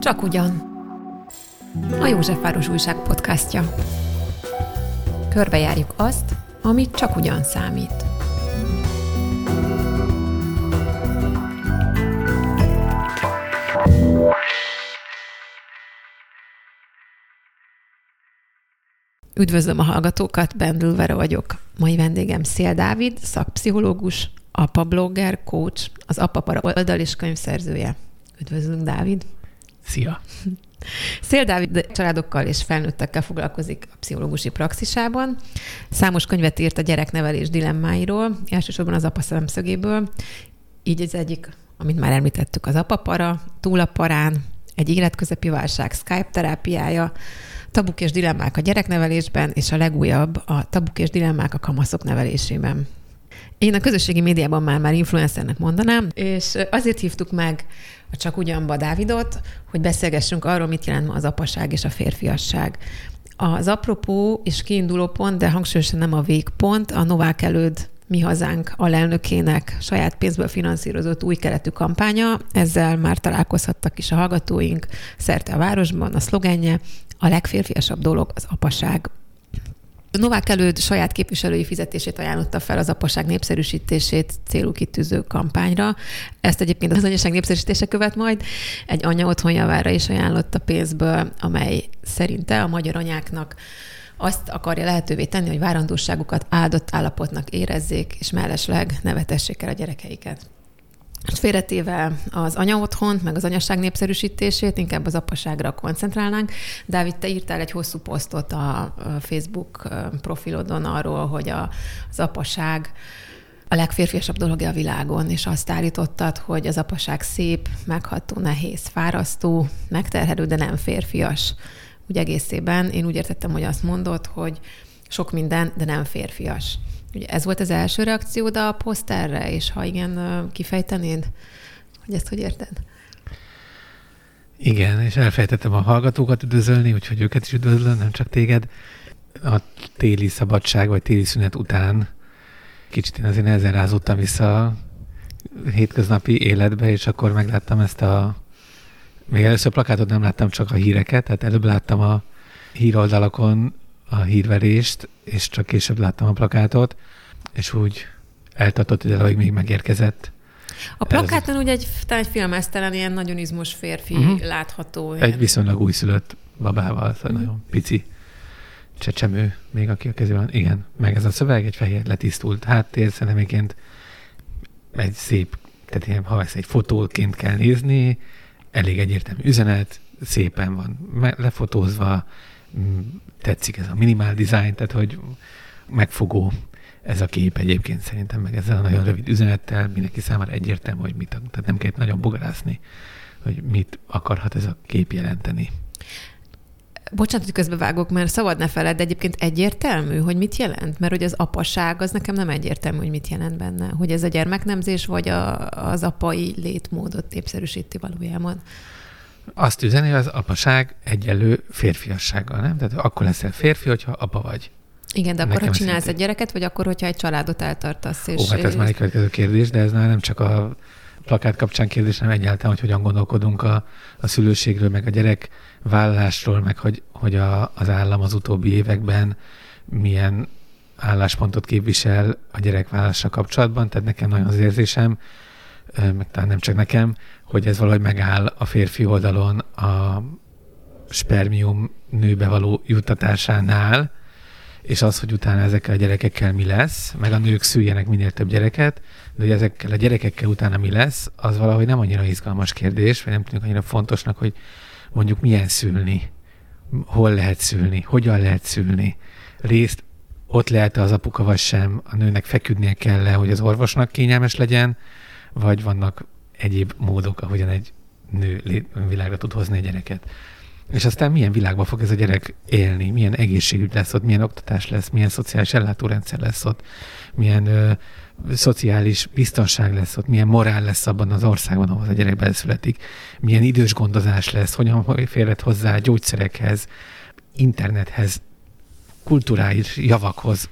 Csak ugyan. A Józsefváros Újság podcastja. Körbejárjuk azt, amit csak ugyan számít. Üdvözlöm a hallgatókat, Bendül Vera vagyok. Mai vendégem Szél Dávid, szakpszichológus, apablogger, coach, az Apapara oldal és könyvszerzője. Üdvözlünk, Dávid! Szia! Szél Dávid családokkal és felnőttekkel foglalkozik a pszichológusi praxisában. Számos könyvet írt a gyereknevelés dilemmáiról, elsősorban az apa szemszögéből. Így az egyik, amit már említettük, az Apapara, Túl a parán, egy életközepi válság Skype terápiája, Tabuk és dilemmák a gyereknevelésben, és a legújabb a Tabuk és dilemmák a kamaszok nevelésében. Én a közösségi médiában már influencernek mondanám, és azért hívtuk meg a Csak ugyanba Dávidot, hogy beszélgessünk arról, mit jelent ma az apaság és a férfiasság. Az apropó és kiinduló pont, de hangsúlyosan nem a végpont, a Novák Előd Mi Hazánk alelnökének saját pénzből finanszírozott új keretű kampánya. Ezzel már találkozhattak is a hallgatóink szerte a városban. A szlogenje: a legférfiasabb dolog az apaság. Novák Előd saját képviselői fizetését ajánlotta fel az apaság népszerűsítését célú kitűző kampányra. Ezt egyébként az anyaság népszerűsítése követ majd. Egy anya otthonjavára is ajánlotta pénzből, amely szerinte a magyar anyáknak azt akarja lehetővé tenni, hogy várandóságukat áldott állapotnak érezzék, és mellesleg nevetessék el a gyerekeiket. Félretéve az anya otthont, meg az anyaság népszerűsítését, inkább az apaságra koncentrálnánk. Dávid, te írtál egy hosszú posztot a Facebook profilodon arról, hogy az apaság a legférfiasabb dolog a világon, és azt állítottad, hogy az apaság szép, megható, nehéz, fárasztó, megterhelő, de nem férfias. Úgy egészében én úgy értettem, hogy azt mondod, hogy sok minden, de nem férfias. Ugye ez volt az első reakciód a poszterre, és ha igen, kifejtenéd, hogy ezt hogy érted? Igen, és elfelejtettem a hallgatókat üdvözölni, úgyhogy őket is üdvözlöm, nem csak téged. A téli szabadság, vagy téli szünet után kicsit én azért nehezen rázódtam vissza a hétköznapi életbe, és akkor megláttam ezt még először plakátot nem láttam, csak a híreket, tehát előbb láttam a híroldalakon a hírverést, és csak később láttam a plakátot, és úgy eltartott, hogy elég még megérkezett. A plakáton ugye talán egy filmesztelen, ilyen nagyon izmos férfi látható. Egy viszonylag újszülött babával, szóval nagyon pici csecsemő még, aki a kezében. Igen, meg ez a szöveg, egy fehér letisztult háttér, szerintem egyébként egy szép, tehát ilyen, ha ezt egy fotóként kell nézni, elég egyértelmű üzenet, szépen van lefotózva, tetszik ez a minimál design, tehát hogy megfogó ez a kép egyébként szerintem, meg ezzel a nagyon rövid üzenettel mindenki számára egyértelmű, hogy mit, tehát nem kell nagyon bogarászni, hogy mit akarhat ez a kép jelenteni. Bocsánat, hogy közbevágok, mert szabad ne feled, de egyébként egyértelmű, hogy mit jelent? Mert hogy az apaság, az nekem nem egyértelmű, hogy mit jelent benne. Hogy ez a gyermeknemzés, vagy az apai létmódot népszerűsíti valójában? Azt üzeni, hogy az apaság egyenlő férfiassággal, nem? Tehát akkor leszel férfi, hogyha apa vagy. Igen, de akkor, ha csinálsz egy gyereket, vagy akkor, hogyha egy családot eltartasz? Hát ez már egy következő kérdés, de ez nem csak a plakát kapcsán kérdés, hanem egyáltalán, hogy hogyan gondolkodunk a szülőségről, meg a gyerekvállalásról, meg hogy az állam az utóbbi években milyen álláspontot képvisel a gyerekvállalással kapcsolatban. Tehát nekem nagyon az érzésem, meg talán nem csak nekem, hogy ez valahogy megáll a férfi oldalon a spermium nőbe való juttatásánál, és az, hogy utána ezekkel a gyerekekkel mi lesz, meg a nők szüljenek minél több gyereket, de hogy ezekkel a gyerekekkel utána mi lesz, az valahogy nem annyira izgalmas kérdés, vagy nem tűnik annyira fontosnak, hogy mondjuk milyen szülni, hol lehet szülni, hogyan lehet szülni, részt ott lehet az apuka vagy sem, a nőnek feküdnie kell le, hogy az orvosnak kényelmes legyen, vagy vannak egyéb módok, ahogyan egy nő világra tud hozni egy gyereket. És aztán milyen világban fog ez a gyerek élni, milyen egészségügy lesz ott, milyen oktatás lesz, milyen szociális ellátórendszer lesz ott, milyen szociális biztonság lesz ott, milyen morál lesz abban az országban, ahol a gyerek beleszületik, milyen idős gondozás lesz, hogyan férhet hozzá gyógyszerekhez, internethez, kulturális javakhoz,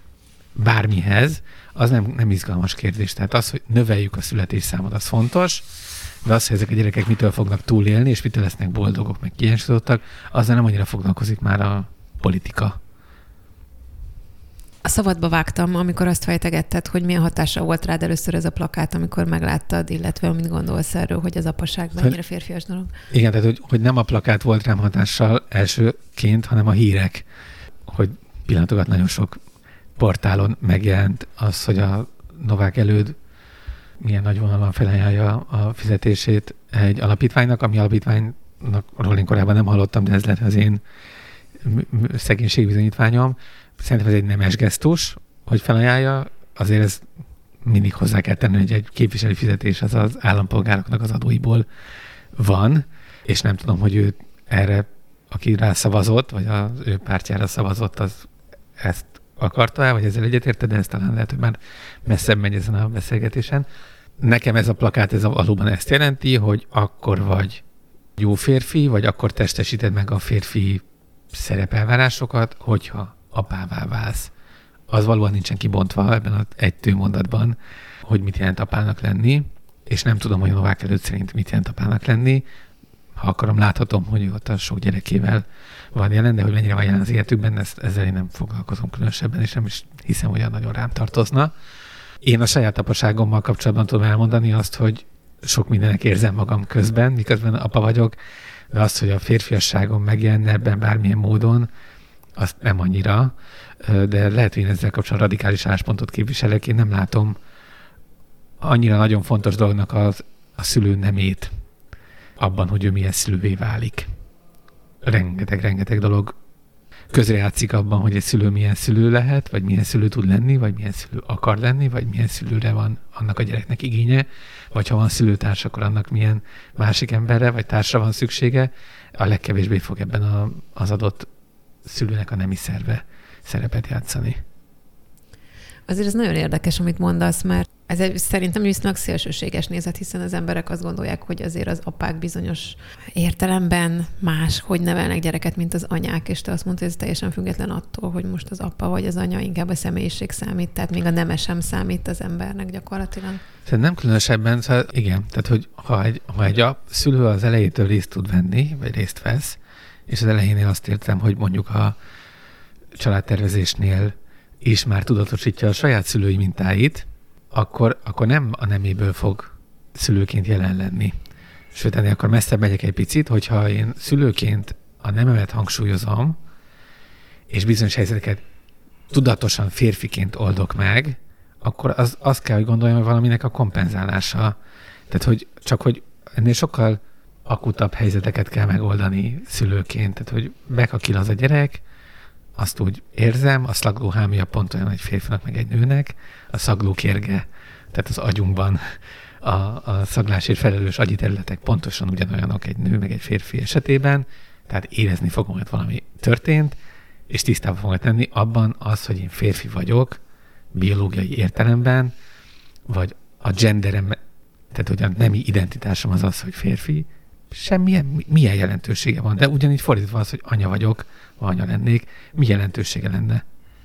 bármihez, az nem izgalmas kérdés. Tehát az, hogy növeljük a születésszámot, az fontos, de az, hogy ezek a gyerekek mitől fognak túlélni, és mitől lesznek boldogok, meg kiegyensúlyozottak, azzal nem annyira foglalkozik már a politika. A szabadba vágtam, amikor azt fejtegetted, hogy milyen hatása volt rád először ez a plakát, amikor megláttad, illetve mit gondolsz erről, hogy az apaság mennyire férfias dolog. Igen, tehát hogy nem a plakát volt rám hatással elsőként, hanem a hírek, hogy pillanatokat nagyon sok portálon megjelent az, hogy a Novák Előd milyen nagy vonalon felajánlja a fizetését egy alapítványnak, ami alapítványnak én korábban nem hallottam, de ez lett az én szegénységbizonyítványom. Szerintem ez egy nemes gesztus, hogy felajánlja, azért ez mindig hozzá kell tenni, hogy egy képviselő fizetés az állampolgároknak az adóiból van, és nem tudom, hogy ő erre, aki rá szavazott, vagy az ő pártjára szavazott, az ezt akarta-e, vagy ezzel egyetérte, de ez talán lehet, hogy már messzebb megy ezen a beszélgetésen. Nekem ez a plakát, ez valóban ezt jelenti, hogy akkor vagy jó férfi, vagy akkor testesíted meg a férfi szerepelvárásokat, hogyha apává válsz. Az valóban nincsen kibontva ebben az egy mondatban, hogy mit jelent apának lenni, és nem tudom, hogy a Novák Előd szerint mit jelent apának lenni. Ha akarom, láthatom, hogy ott a sok gyerekével van jelen, de hogy mennyire van jelen az életükben, ezzel én nem foglalkozom különösebben, és nem is hiszem, hogy nagyon rám tartozna. Én a saját apaságommal kapcsolatban tudom elmondani azt, hogy sok mindenek érzem magam közben, miközben apa vagyok, de azt, hogy a férfiasságom megjelenne ebben bármilyen módon, azt nem annyira, de lehet, hogy én ezzel kapcsolatban radikális álláspontot képviselek. Én nem látom annyira nagyon fontos dolognak a szülő nemét abban, hogy ő milyen szülővé válik. Rengeteg dolog közrejátszik abban, hogy egy szülő milyen szülő lehet, vagy milyen szülő tud lenni, vagy milyen szülő akar lenni, vagy milyen szülőre van annak a gyereknek igénye, vagy ha van szülőtárs, akkor annak milyen másik emberre, vagy társra van szüksége. A legkevésbé fog ebben az adott szülőnek a nemi szerve szerepet játszani. Azért ez nagyon érdekes, amit mondasz, mert ez szerintem viszonylag szélsőséges nézet, hiszen az emberek azt gondolják, hogy azért az apák bizonyos értelemben más, hogy nevelnek gyereket, mint az anyák, és te azt mondtad, hogy ez teljesen független attól, hogy most az apa vagy az anya, inkább a személyiség számít, tehát még a neme sem számít az embernek gyakorlatilag. Tehát nem különösebben, szóval igen, tehát hogy ha egy szülő az elejétől részt tud venni, vagy részt vesz, és az elejénél azt értem, hogy mondjuk a családtervezésnél is már tudatosítja a saját szülői mintáit, akkor nem a neméből fog szülőként jelen lenni. Sőt, ennél akkor messzebb megyek egy picit, hogyha én szülőként a nememet hangsúlyozom, és bizonyos helyzeteket tudatosan férfiként oldok meg, akkor azt kell, hogy gondoljam, hogy valaminek a kompenzálása. Tehát, hogy ennél sokkal akutabb helyzeteket kell megoldani szülőként. Tehát, hogy bekakil az a gyerek, azt úgy érzem, a szaglóhámia pont olyan egy férfinak, meg egy nőnek, a szaglókérge, tehát az agyunkban a szaglásért felelős agyi területek pontosan ugyanolyanok egy nő, meg egy férfi esetében, tehát érezni fogom, hogy valami történt, és tisztában fogom tenni abban az, hogy én férfi vagyok, biológiai értelemben, vagy a genderem, tehát hogy a nemi identitásom az, hogy férfi, milyen jelentősége van, de ugyanígy fordítva az, hogy anya vagyok, ha anya lennék, mi jelentősége lenne?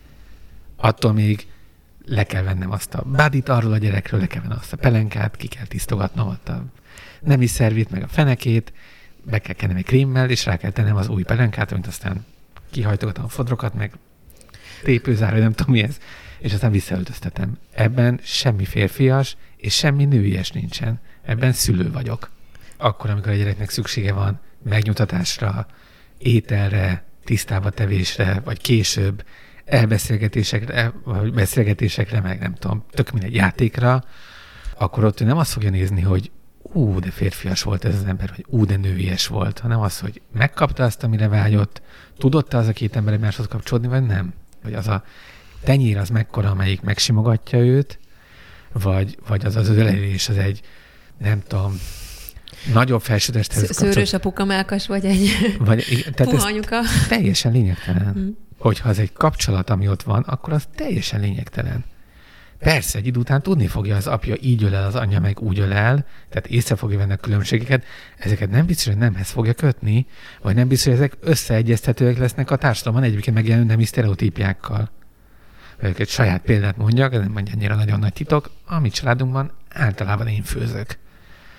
Attól még le kell vennem azt a bádit arról a gyerekről, le kell vennem azt a pelenkát, ki kell tisztogatnom ott a nemi szervét, meg a fenekét, be kell kennem egy krémmel, és rá kell tennem az új pelenkát, amit aztán kihajtogatom a fodrokat, meg tépőzárva, nem tudom mi ez, és aztán visszaöltöztetem. Ebben semmi férfias, és semmi nőies nincsen. Ebben szülő vagyok. Akkor, amikor a gyereknek szüksége van megnyugtatásra, ételre, tisztába tevésre, vagy később elbeszélgetésekre, vagy beszélgetésekre, meg nem tudom, tök mindegy játékra, akkor ott ő nem azt fogja nézni, hogy de férfias volt ez az ember, vagy de nőies volt, hanem az, hogy megkapta azt, amire vágyott, tudott-e az a két ember egymáshoz kapcsolódni, vagy nem? Vagy az a tenyér az mekkora, amelyik megsimogatja őt, vagy az ölelés az egy, nem tudom, nagyobb felsőtesthez kapcsolat. Szőrös apuka melkas, vagy egy puha anyuka. Teljesen lényegtelen. Hogyha az egy kapcsolat, ami ott van, akkor az teljesen lényegtelen. Persze, egy idő után tudni fogja, az apja így ölel, az anyja meg úgy ölel, tehát észre fogja venni a különbségeket, ezeket nem biztos, hogy nemhez fogja kötni, vagy nem biztos, hogy ezek összeegyeztetőek lesznek a társadalomban egyébként megjelenő nemi sztereotípiákkal. Vagy egy saját példát mondjak, ez nem mondja annyira nagyon nagy titok, a mi családunkban általában én főzök.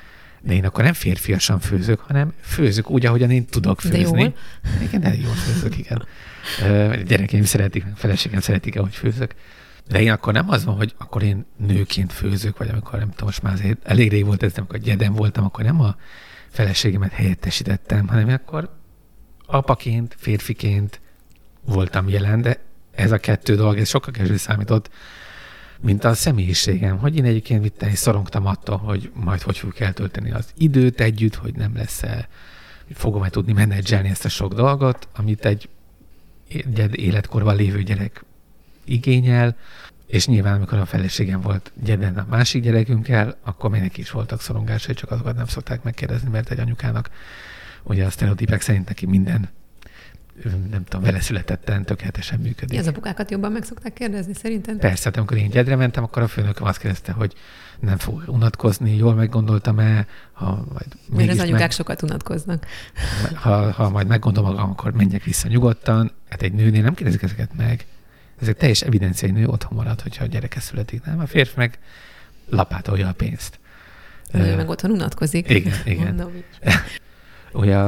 De én akkor nem férfiasan főzök, hanem főzök úgy, ahogyan én tudok főzni. De jól? Igen, de jól főzök, igen. Gyerekeim szeretik, feleségem szeretik, ahogy főzök. De én akkor nem az van, hogy akkor én nőként főzök, vagy amikor nem tudom, most már azért elég rég volt ez, amikor gyedem voltam, akkor nem a feleségemet helyettesítettem, hanem én akkor apaként, férfiként voltam jelen, de ez a kettő dolog, ez sokkal kevésbé számított, mint a személyiségem, hogy én egyébként szorongtam attól, hogy majd hogy fogjuk eltölteni az időt együtt, hogy nem lesz-e, fogom-e tudni menedzselni ezt a sok dolgot, amit egy életkorban lévő gyerek igényel, és nyilván, amikor a feleségem volt gyeden a másik gyerekünkkel, akkor még neki is voltak szorongásai, csak azokat nem szokták megkérdezni, mert egy anyukának ugye a sztereotípek szerint neki minden, nem tudom, vele születetten tökéletesen működik. Az apukákat jobban meg szokták kérdezni, szerintem? Persze, hát amikor én gyedre mentem, akkor a főnököm azt kérdezte, hogy nem fog unatkozni, jól meggondoltam-e, ha majd mert az anyukák sokat unatkoznak. Ha majd meggondolom magam, akkor menjek vissza nyugodtan. Hát egy nőnél nem kérdezik ezeket meg. Ezek teljes evidencia, hogy nő otthon marad, hogyha a gyereke születik, nem? A férfi meg lapátolja a pénzt. Ő meg otthon unatkozik. Igen. Ugye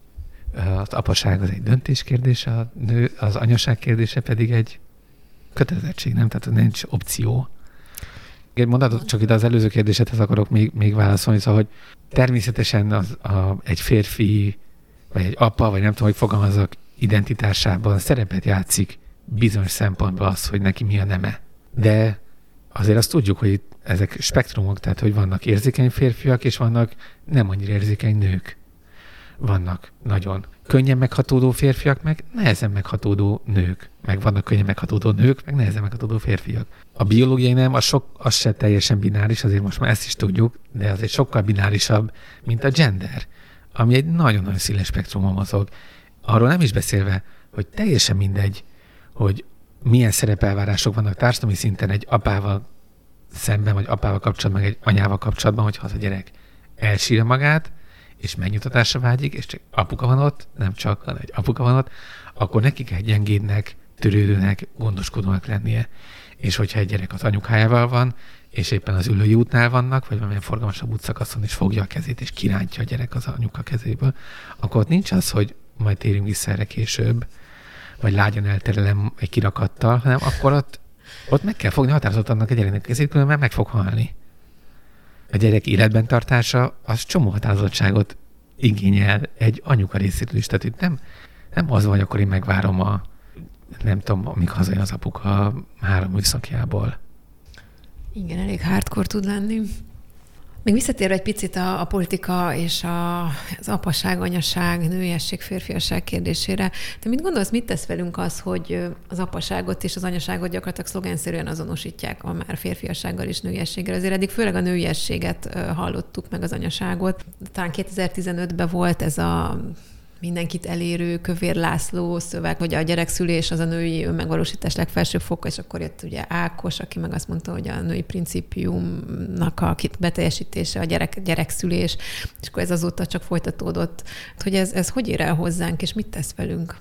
az apaság az egy döntés kérdése, az anyaság kérdése pedig egy kötelezettség, nem? Tehát nincs opció. Egy mondatot csak ide az előző kérdésedhez akarok még válaszolni, szóval, hogy természetesen egy férfi, vagy egy apa, vagy nem tudom, hogy fogalmazok, identitásában szerepet játszik bizonyos szempontból az, hogy neki mi a neme. De azért azt tudjuk, hogy ezek spektrumok, tehát hogy vannak érzékeny férfiak, és vannak nem annyira érzékeny nők. Vannak nagyon könnyen meghatódó férfiak, meg nehezen meghatódó nők. Meg vannak könnyen meghatódó nők, meg nehezen meghatódó férfiak. A biológiai nem, az se teljesen bináris, azért most már ezt is tudjuk, de azért sokkal binárisabb, mint a gender, ami egy nagyon-nagyon széles spektrumon mozog. Arról nem is beszélve, hogy teljesen mindegy, hogy milyen szerepelvárások vannak társadalmi szinten egy apával szemben, vagy apával kapcsolatban, meg egy anyával kapcsolatban, hogyha az a gyerek elsírja magát, és megnyugtatásra vágyik, és csak apuka van ott, nem csak, hanem egy apuka van ott, akkor neki kell gyengédnek, törődőnek, gondoskodónak lennie. És hogyha egy gyerek az anyukájával van, és éppen az ülői útnál vannak, vagy valamilyen forgalmasabb útszakaszon, és fogja a kezét, és kirántja a gyerek az anyuka kezéből, akkor ott nincs az, hogy majd térjünk vissza erre később, vagy lágyan elterelem egy kirakattal, hanem akkor ott meg kell fogni határozottan annak a gyereknek kezét, különben meg fog halni. A gyerek életben tartása az csomó határozottságot igényel egy anyuka részéről is. Tehát nem az van, hogy akkor én megvárom nem tudom, amíg hazajön az apuka 3 műszakjából. Igen, elég hardcore tud lenni. Még visszatérve egy picit a politika és az apaság, anyaság, nőiesség, férfiasság kérdésére. Te mit gondolsz, mit tesz velünk az, hogy az apaságot és az anyaságot gyakorlatilag szlogenszerűen azonosítják a már férfiassággal és nőiességgel? Azért eddig főleg a nőiességet hallottuk, meg az anyaságot. Talán 2015-ben volt ez a mindenkit elérő Kövér László szöveg, hogy a gyerekszülés az a női önmegvalósítás legfelsőbb foka, és akkor jött ugye Ákos, aki meg azt mondta, hogy a női principiumnak a beteljesítése a gyerekszülés, és akkor ez azóta csak folytatódott. Hogy ez hogy ér el hozzánk, és mit tesz velünk?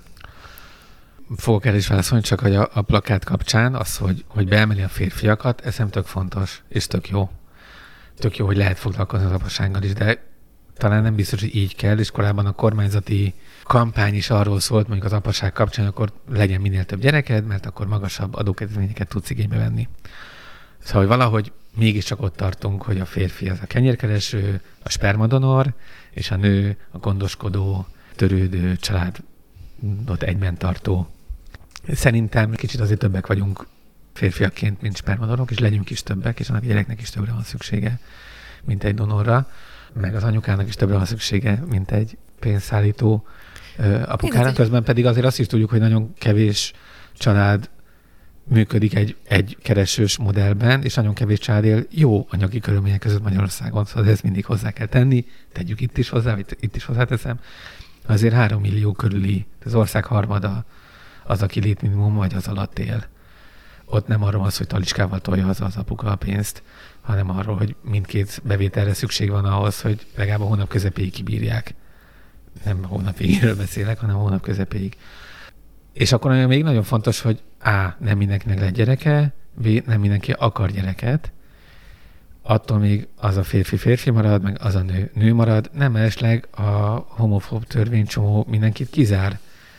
Fogok el is válaszolni, csak hogy a plakát kapcsán az, hogy beemeli a férfiakat, ez nem tök fontos, és tök jó. Tök jó, hogy lehet foglalkozni az apasággal is, de talán nem biztos, hogy így kell, és korábban a kormányzati kampány is arról szólt, mondjuk az apaság kapcsán, akkor legyen minél több gyereked, mert akkor magasabb adókedvezményeket tudsz igénybe venni. Szóval, hogy valahogy mégiscsak ott tartunk, hogy a férfi az a kenyérkereső, a spermadonor, és a nő a gondoskodó, törődő, családot egyben tartó. Szerintem kicsit azért többek vagyunk férfiakként, mint spermadonorok, és legyünk is többek, és annak a gyereknek is többre van szüksége, mint egy donorra, meg az anyukának is többre van szüksége, mint egy pénzszállító apukának. Közben pedig azért azt is tudjuk, hogy nagyon kevés család működik egy keresős modellben, és nagyon kevés család él jó anyagi körülmények között Magyarországon. Szóval ezt mindig hozzá kell tenni, tegyük itt is hozzá, vagy itt is hozzáteszem. Azért 3 millió körüli, az ország harmada az, aki létminimum vagy az alatt él. Ott nem arról van szó, hogy taliskával tolja haza az apuka a pénzt, hanem arról, hogy mindkét bevételre szükség van ahhoz, hogy legalább a hónap közepéig kibírják. Nem a hónap végéről beszélek, hanem a hónap közepéig. És akkor még nagyon fontos, hogy A. nem mindenkinek lehet gyereke, B. nem mindenki akar gyereket. attól még az a férfi marad, meg az a nő marad. Nem mellesleg a homofób törvénycsomó mindenkit kizár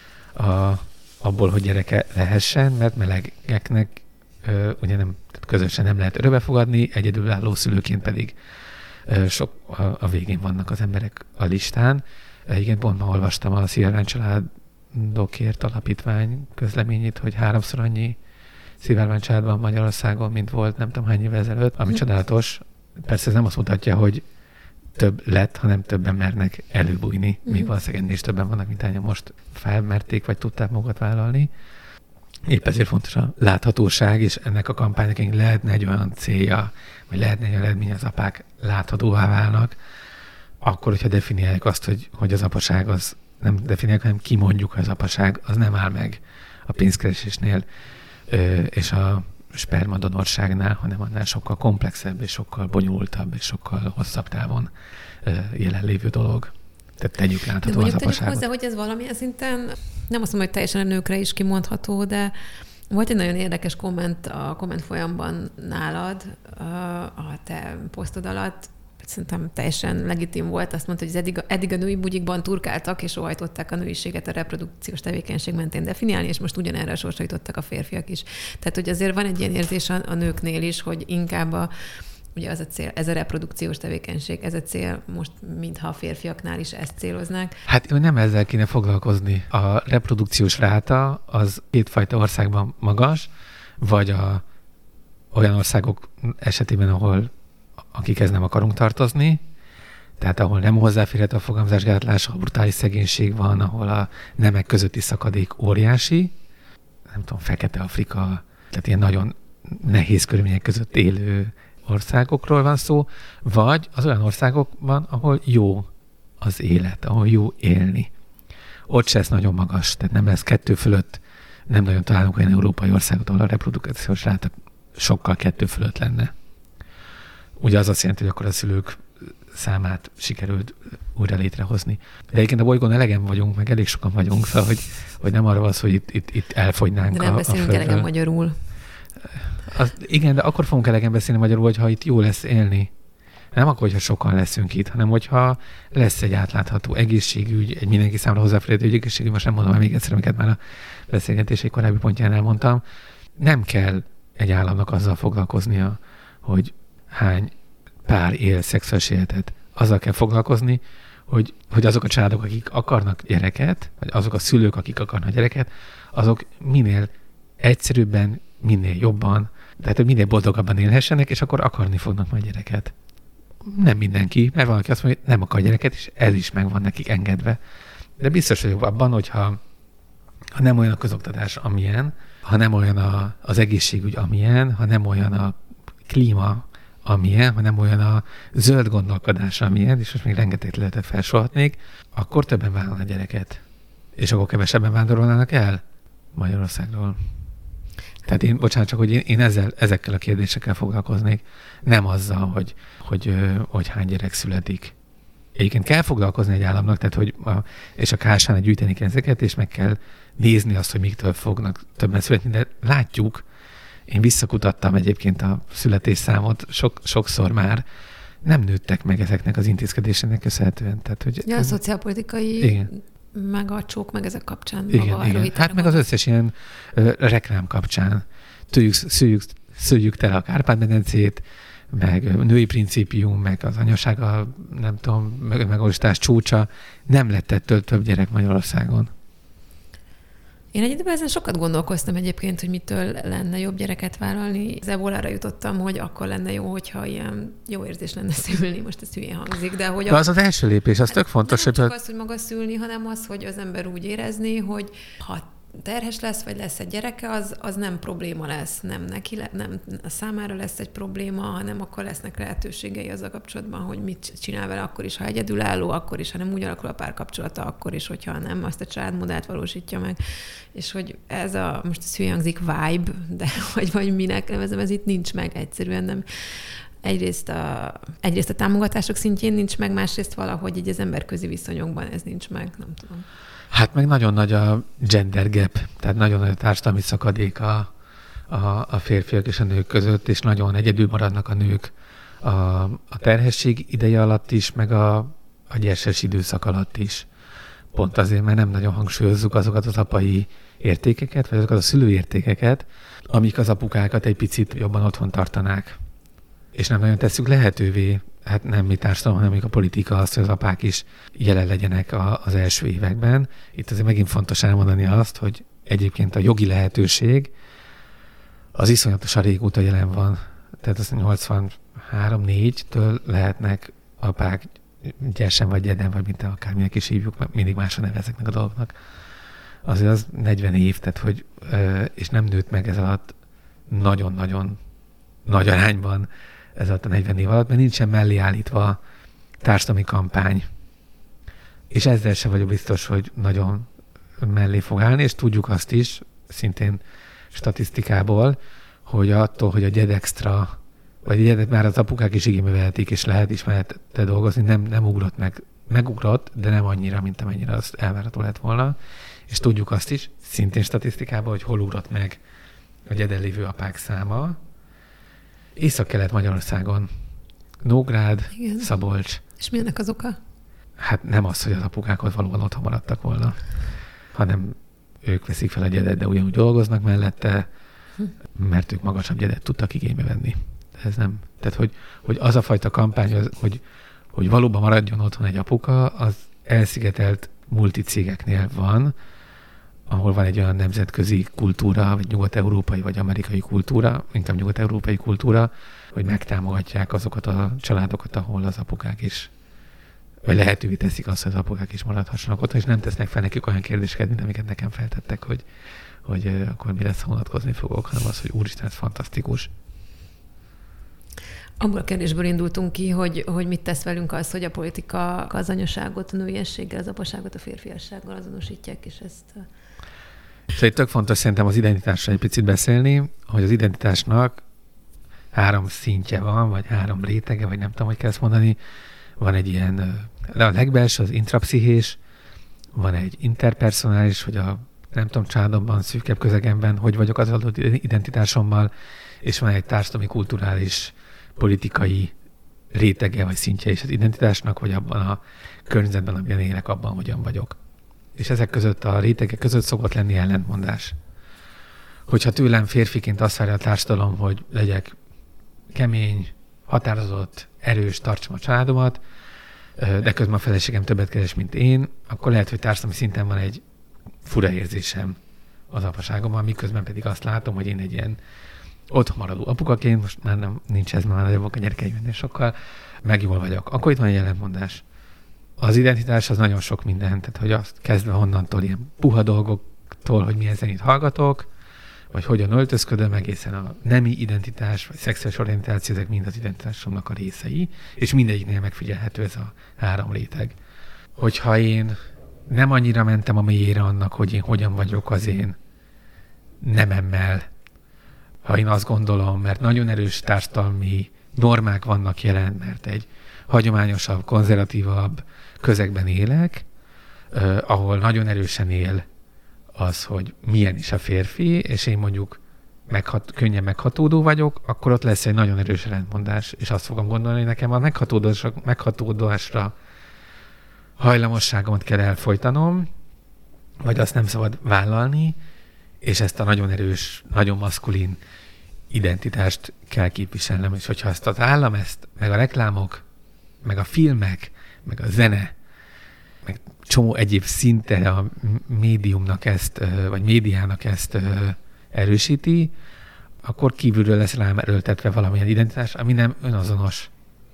abból, hogy gyereke lehessen, mert melegeknek ugye nem, közösen nem lehet örökbe fogadni, egyedülálló szülőként pedig sok a végén vannak az emberek a listán. Igen, pont ma olvastam a Szivárvány Családokért Alapítvány közleményét, hogy 3-szor annyi szivárvány család van Magyarországon, mint volt nem tudom hány évvel ezelőtt, ami csodálatos. Persze ez nem azt mutatja, hogy több lett, hanem többen mernek előbújni. Még valószínűleg ennél is többen vannak, mint hányan most felmerték, vagy tudták magukat vállalni. Épp ezért fontos a láthatóság, és ennek a kampánynak lehetne egy olyan célja, vagy lehetne egy olyan eredmény, az apák láthatóvá válnak, akkor, hogyha definiálják azt, hogy az apaság az nem definiálják, hanem kimondjuk, hogy az apaság az nem áll meg a pénzkeresésnél és a spermadonorságnál, hanem annál sokkal komplexebb, és sokkal bonyolultabb, és sokkal hosszabb távon jelenlévő dolog. Tehát tegyük látható az apaságot. Tegyük hozzá, hogy ez valamilyen szinten, nem azt mondom, hogy teljesen a nőkre is kimondható, de volt egy nagyon érdekes komment a komment folyamban nálad, a te posztod alatt, szerintem teljesen legitim volt, azt mondta, hogy eddig a női bugyikban turkáltak, és óhajtották a nőiséget a reprodukciós tevékenység mentén definiálni, és most ugyanerre sorsra jutottak a férfiak is. Tehát, hogy azért van egy ilyen érzés a nőknél is, hogy inkább ugye az a cél, ez a reprodukciós tevékenység, ez a cél most, mintha a férfiaknál is ezt céloznák. Hát nem ezzel kéne foglalkozni. A reprodukciós ráta az kétfajta országban magas, vagy olyan országok esetében, akikhez nem akarunk tartozni, tehát ahol nem hozzáférhet a fogamzásgátlás, ahol brutális szegénység van, ahol a nemek közötti szakadék óriási, nem tudom, Fekete-Afrika, tehát ilyen nagyon nehéz körülmények között élő országokról van szó, vagy az olyan országokban, ahol jó az élet, ahol jó élni. Ott se ez nagyon magas, tehát nem lesz 2 fölött, nem nagyon találunk olyan európai országot, ahol a reprodukciós ráta sokkal 2 fölött lenne. Ugye az azt jelenti, hogy akkor a szülők számát sikerült újra létrehozni. De egyébként a bolygón elegen vagyunk, meg elég sokan vagyunk, szóval, hogy nem arra van szó, hogy itt elfogynánk. De nem beszélünk elegen magyarul. Igen, de akkor fogunk elegen beszélni magyarul, hogyha itt jó lesz élni. Nem akkor, hogyha sokan leszünk itt, hanem hogyha lesz egy átlátható egészségügy, egy mindenki számára hozzáférhető egészségügy, most nem mondom még egyszer, amiket már a beszélgetés egy korábbi pontján elmondtam. Nem kell egy államnak azzal foglalkoznia, hogy hány pár él szexuális életet. Azzal kell foglalkozni, hogy azok a családok, akik akarnak gyereket, vagy azok a szülők, akik akarnak gyereket, azok minél egyszerűbben, minél jobban, tehát hogy minél boldogabban élhessenek, és akkor akarni fognak majd gyereket. Nem mindenki, mert valaki azt mondja, hogy nem akar gyereket, és ez is meg van nekik engedve. De biztos vagyok abban, hogyha nem olyan a közoktatás, amilyen, ha nem olyan az egészségügy, amilyen, ha nem olyan a klíma, amilyen, ha nem olyan a zöld gondolkodás, amilyen, és most még rengeteg lehetett felsorolhatnék, akkor többen vállalnak gyereket. És akkor kevesebben vándorolnának el Magyarországról. Tehát én ezekkel a kérdésekkel foglalkoznék, nem azzal, hogy hány gyerek születik. Egyébként kell foglalkozni egy államnak, tehát és a KSH-nál gyűjteni kell ezeket, és meg kell nézni azt, hogy miktől fognak többen születni, de látjuk, én visszakutattam egyébként a születésszámot sokszor már, nem nőttek meg ezeknek az intézkedéseknek köszönhetően. Tehát, hogy a szociálpolitikai igen. Meg a csók, meg ezek kapcsán. Igen. Hát meg az összes ilyen reklám kapcsán. Szüljük tele a Kárpát-medencét, meg női principium, meg az anyasága, nem tudom, megosztás csúcsa. Nem lett ettől több gyerek Magyarországon. Én egy időben ezen sokat gondolkoztam egyébként, hogy mitől lenne jobb gyereket vállalni. Az ebolára jutottam, hogy akkor lenne jó, hogyha ilyen jó érzés lenne szülni, most ez hülyén hangzik, de hogy... De az első lépés, az tök fontos. Nem csak az, hogy maga szülni, hanem az, hogy az ember úgy érezni, hogy ha terhes lesz, vagy lesz egy gyereke, az nem probléma lesz, nem a számára lesz egy probléma, hanem akkor lesznek lehetőségei azzal kapcsolatban, hogy mit csinál vele akkor is, ha egyedülálló, akkor is, ha nem úgy alakul a párkapcsolata, akkor is, hogyha nem azt a családmodellt valósítja meg. És hogy ez most ez hülye hangzik vibe, de vagy minek nevezem, ez itt nincs meg, egyszerűen nem. Egyrészt a támogatások szintjén nincs meg, másrészt valahogy így az emberközi viszonyokban ez nincs meg, nem tudom. Hát meg nagyon nagy a gender gap, tehát nagyon nagy a társadalmi szakadék a férfiak és a nők között, és nagyon egyedül maradnak a nők a terhesség ideje alatt is, meg a gyerses időszak alatt is. Pont azért, mert nem nagyon hangsúlyozzuk azokat az apai értékeket, vagy azokat a szülőértékeket, amik az apukákat egy picit jobban otthon tartanák. És nem nagyon tesszük lehetővé, hát nem mi társadalom, hanem a politika azt, hogy az apák is jelen legyenek az első években. Itt azért megint fontos elmondani azt, hogy egyébként a jogi lehetőség az iszonyatosan régóta jelen van. Tehát az 83-4-től lehetnek apák gyersen vagy gyeden, vagy mint akárminek is hívjuk, mindig másra nevezeknek a dolgoknak. Azért az 40 év, tehát hogy, és nem nőtt meg ez alatt nagyon-nagyon nagy arányban ez alatt a 40 év alatt, mert nincsen mellé állítva társadalmi kampány. És ezzel sem vagyok biztos, hogy nagyon mellé fog állni, és tudjuk azt is, szintén statisztikából, hogy attól, hogy a gyedextra, vagy a gyedet már az apukák is igénybe vehetik, és lehet is mellette dolgozni, nem ugrott meg. Megugrott, de nem annyira, mint amennyire az elvárható lett volna. És tudjuk azt is, szintén statisztikában, hogy hol ugrott meg a gyeden lévő apák száma. Észak-Kelet-Magyarországon. Nógrád, igen. Szabolcs. És mi ennek az oka? Hát nem az, hogy az apukák ott valóban otthon maradtak volna, hanem ők veszik fel a gyedet, de ugyanúgy dolgoznak mellette, mert ők magasabb gyedet tudtak igénybe venni. Ez nem. Tehát, hogy az a fajta kampány, hogy valóban maradjon otthon egy apuka, az elszigetelt multicégeknél van, ahol van egy olyan nemzetközi kultúra, vagy nyugat-európai, vagy amerikai kultúra, inkább nyugat-európai kultúra, hogy megtámogatják azokat a családokat, ahol az apukák is, vagy lehetővé teszik azt, hogy az apukák is maradhassanak ott, és nem tesznek fel nekik olyan kérdéseket, mint amiket nekem feltettek, hogy akkor mi lesz, vonatkozni fogok, hanem az, hogy úristen, ez fantasztikus. Abból a kérdésből indultunk ki, hogy mit tesz velünk az, hogy a politika az anyaságot, a nőiességgel, az apaságot a férfiassággal azonosítják, és ezt... Szóval itt tök fontos szerintem az identitásra egy picit beszélni, hogy az identitásnak 3 szintje van, vagy 3 rétege, vagy nem tudom, hogy kell ezt mondani. Van egy ilyen, a legbelső, az intrapszichés, van egy interpersonális, hogy a nem tudom, családomban, szűkebb közegemben, hogy vagyok az adott identitásommal, és van egy társadalmi, kulturális, politikai rétege vagy szintje is az identitásnak, hogy abban a környezetben, amiben élek, abban hogyan vagyok. És ezek között a rétegek között szokott lenni ellentmondás. Hogyha tőlem férfiként azt várja a társadalom, hogy legyek kemény, határozott, erős, tartsam a családomat, de közben a feleségem többet keres, mint én, akkor lehet, hogy társadalmi szinten van egy fura érzésem az apaságommal, miközben pedig azt látom, hogy én egy ilyen otthon maradó apukaként, most már nincs ez, már nagyobbak a gyerekeimnél sokkal, meg jól vagyok. Akkor itt van egy ellentmondás. Az identitás az nagyon sok minden, tehát hogy azt kezdve honnantól ilyen puha dolgoktól, hogy milyen zenét hallgatok, vagy hogyan öltözködöm, egészen a nemi identitás, vagy szexuális orientáció, ezek mind az identitásomnak a részei, és mindegyiknél megfigyelhető ez a 3 réteg. Hogyha én nem annyira mentem a mélyére annak, hogy én hogyan vagyok az én nememmel, ha én azt gondolom, mert nagyon erős társadalmi normák vannak jelen, mert egy hagyományosabb, konzervatívabb közegben élek, ahol nagyon erősen él az, hogy milyen is a férfi, és én mondjuk könnyen meghatódó vagyok, akkor ott lesz egy nagyon erős ellentmondás, és azt fogom gondolni, hogy nekem a meghatódásra hajlamosságomat kell elfolytanom, vagy azt nem szabad vállalni, és ezt a nagyon erős, nagyon maszkulin identitást kell képviselnem. És hogyha ezt az állam, meg a reklámok, meg a filmek, meg a zene, meg csomó egyéb szinte a médiumnak ezt, vagy médiának ezt erősíti, akkor kívülről lesz rám erőltetve valamilyen identitás, ami nem önazonos.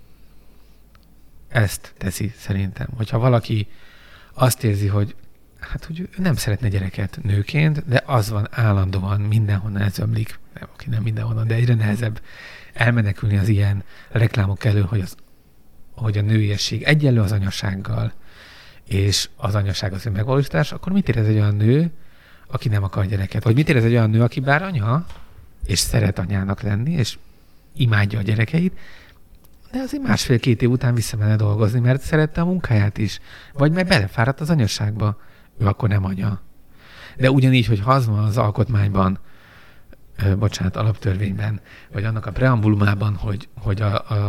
Ezt teszi szerintem. Hogyha valaki azt érzi, hogy hogy nem szeretne gyereket nőként, de az van állandóan, mindenhonnan ez ömlik, nem mindenhonnan, de egyre nehezebb elmenekülni az ilyen reklámok elől, hogy a nőiesség egyenlő az anyasággal, és az anyaság az önmegvalósítás, akkor mit érez egy olyan nő, aki nem akar gyereket? Vagy mit érez egy olyan nő, aki bár anya, és szeret anyának lenni, és imádja a gyerekeit, de azért 1,5-2 év után visszamenne dolgozni, mert szerette a munkáját is. Vagy mert belefáradt az anyaságba. Ő akkor nem anya. De ugyanígy, hogy ha az van az alkotmányban, alaptörvényben, vagy annak a preambulumában, hogy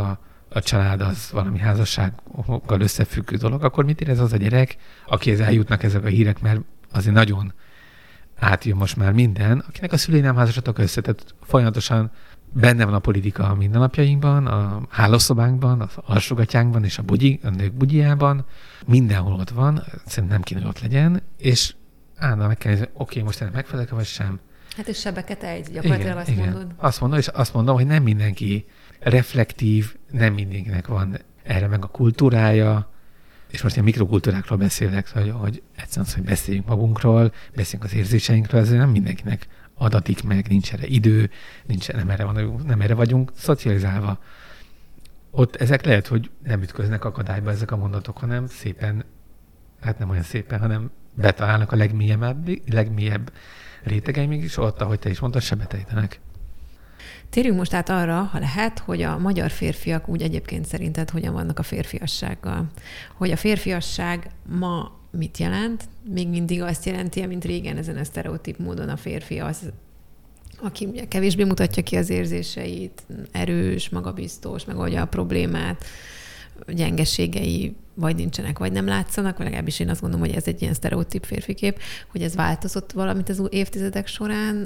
a család az valami házassággal összefüggő dolog, akkor mit érez az a gyerek, akihez eljutnak ezek a hírek, mert azért nagyon átjön most már minden, akinek a szülei nem házasodtak össze, tehát folyamatosan benne van a politika a mindennapjainkban, a hálószobánkban, az alsógatyánkban és a nők bugyjában, mindenhol ott van, szerintem nem kéne, hogy ott legyen, és meg kell nézni, oké, most ennek megfelelek, vagy sem. Hát és sebeket ejt, gyakorlatilag igen, azt mondod. Azt mondom, hogy nem mindenki reflektív, nem mindenkinek van erre meg a kultúrája, és most ilyen mikrokultúrákról beszélek, hogy egyszerűen az, hogy beszéljünk magunkról, beszéljünk az érzéseinkről, ez nem mindenkinek adatik meg, nincs erre idő, nem erre vagyunk szocializálva. Ott ezek lehet, hogy nem ütköznek akadályba ezek a mondatok, hanem szépen, hát nem olyan szépen, hanem betalálnak a legmélyebb rétegeimig, és ott, ahogy te is mondtad, sebet ejtenek. Térjünk most át arra, ha lehet, hogy a magyar férfiak úgy egyébként szerinted hogyan vannak a férfiassággal. Hogy a férfiasság ma mit jelent? Még mindig azt jelenti, mint régen ezen a sztereotíp módon a férfi az, aki ugye kevésbé mutatja ki az érzéseit, erős, magabiztos, megoldja a problémát, gyengeségei vagy nincsenek, vagy nem látszanak, vagy legalábbis én azt gondolom, hogy ez egy ilyen sztereotíp férfikép, hogy ez változott valamit az évtizedek során,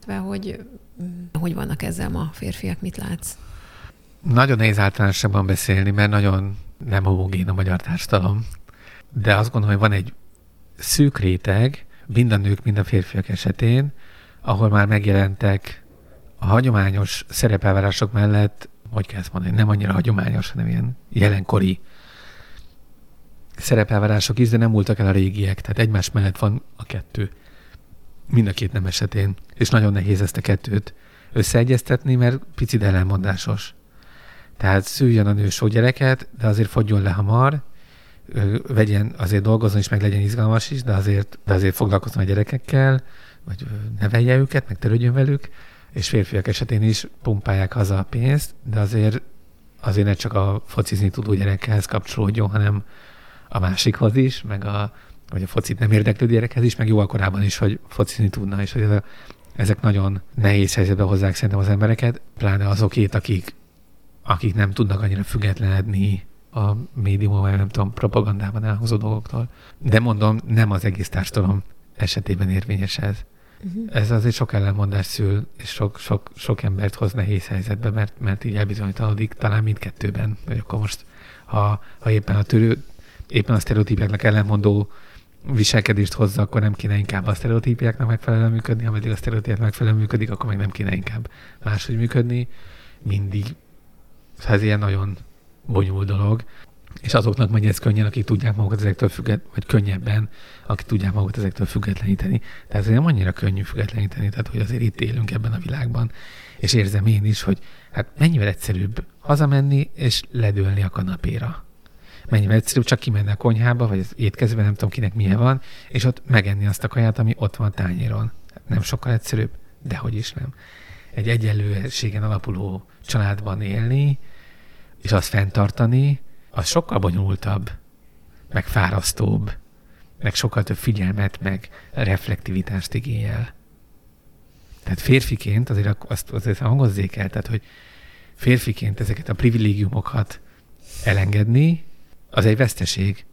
hogy vannak ezzel ma férfiak, mit látsz? Nagyon nehéz általánosabban beszélni, mert nagyon nem homogén a magyar társadalom. De azt gondolom, hogy van egy szűk réteg, mind a nők, mind a férfiak esetén, ahol már megjelentek a hagyományos szerepelvárások mellett, hogy kell ezt mondani, nem annyira hagyományos, hanem ilyen jelenkori szerepelvárások is, de nem múltak el a régiek. Tehát egymás mellett van a kettő. Mind a két nem esetén. És nagyon nehéz ezt a kettőt összeegyeztetni, mert picit ellenmondásos. Tehát szüljön a nő sok gyereket, de azért fogjon le hamar, vegyen, azért dolgozzon is, meg legyen izgalmas is, de azért foglalkozzon a gyerekekkel, vagy nevelje őket, meg törődjön velük, és férfiak esetén is pumpálják haza a pénzt, de azért ne csak a focizni tudó gyerekhez kapcsolódjon, hanem a másikhoz is, vagy a focit nem érdeklő gyerekhez is, meg jóval korábban is, hogy focizni tudna, és hogy ezek nagyon nehéz helyzetbe hozzák szerintem az embereket, pláne azokét, akik nem tudnak annyira függetlenedni a médiumon, vagy nem tudom, propagandában elhozó dolgoktól. De mondom, nem az egész társadalom esetében érvényes ez. Uh-huh. Ez azért sok ellenmondás szül, és sok embert hoz nehéz helyzetbe, mert így elbizonytalanodik talán mindkettőben. Vagy akkor most, ha éppen a sztereotípiáknak ellenmondó viselkedést hozza, akkor nem kéne inkább a sztereotípiáknak megfelelően működni, ha pedig a sztereotípiáknak megfelelően működik, akkor meg nem kéne inkább máshogy működni. Mindig. Ez ilyen nagyon bonyolult dolog. És azoknak megy ez könnyen, akik tudják magukat ezektől vagy könnyebben, akik tudják magukat ezektől függetleníteni. Tehát ez nem annyira könnyű függetleníteni, tehát hogy azért itt élünk ebben a világban. És érzem én is, hogy hát mennyivel egyszerűbb hazamenni és ledőlni a kanapéra. Mennyivel egyszerűbb csak kimenni a konyhába, vagy az étkezőben, nem tudom kinek milyen van, és ott megenni azt a kaját, ami ott van a tányéron. Nem sokkal egyszerűbb, dehogy is nem. Egy egyenlőségen alapuló családban élni, és azt fenntartani, az sokkal bonyolultabb, meg fárasztóbb, meg sokkal több figyelmet, meg reflektivitást igényel. Tehát férfiként azért hangozzék el, tehát hogy férfiként ezeket a privilégiumokat elengedni, az egy veszteség.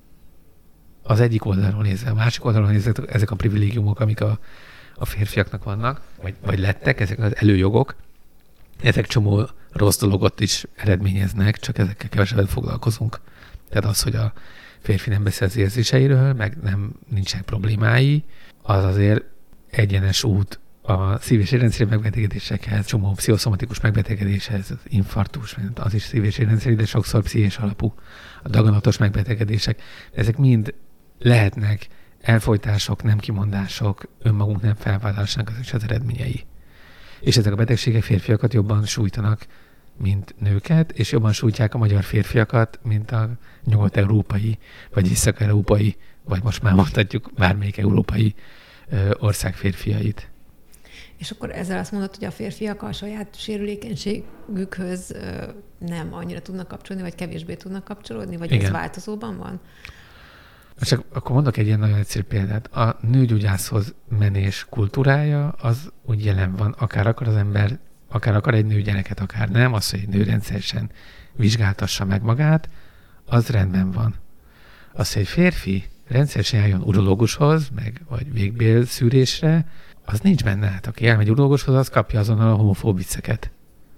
Az egyik oldalról nézve, a másik oldalról nézve ezek a privilégiumok, amik a férfiaknak vannak, vagy lettek, ezek az előjogok, ezek csomó rossz dologot is eredményeznek, csak ezekkel kevesebbet foglalkozunk. Tehát az, hogy a férfi nem beszél az érzéseiről, meg nincsenek problémái, az azért egyenes út a szív- és érrendszeri megbetegedésekhez, csomó pszichoszomatikus megbetegedéshez, az infarktus, az is szív- és érrendszeri, de sokszor pszichés alapú, a daganatos megbetegedések. Ezek mind lehetnek elfojtások, nem kimondások, önmagunk nem felvállalásának az eredményei. És ezek a betegségek férfiakat jobban sújtanak, mint nőket, és jobban sújtják a magyar férfiakat, mint a nyugat-európai, vagy észak-európai, vagy most már mondhatjuk bármelyik európai ország férfiait. És akkor ezzel azt mondod, hogy a férfiak a saját sérülékenységükhöz nem annyira tudnak kapcsolódni, vagy kevésbé tudnak kapcsolódni, vagy igen. Ez változóban van? Csak akkor mondok egy ilyen nagyon egyszerű példát. A nőgyógyászhoz menés kultúrája az úgy jelen van, akár akar az ember, akár akar egy nő gyereket, akár nem, az, hogy egy nő rendszeresen vizsgáltassa meg magát, az rendben van. Az, hogy egy férfi rendszeresen járjon urológushoz, vagy végbélszűrésre, az nincs benne. Hát aki elmegy urológushoz, az kapja azonnal a homofób vicceket.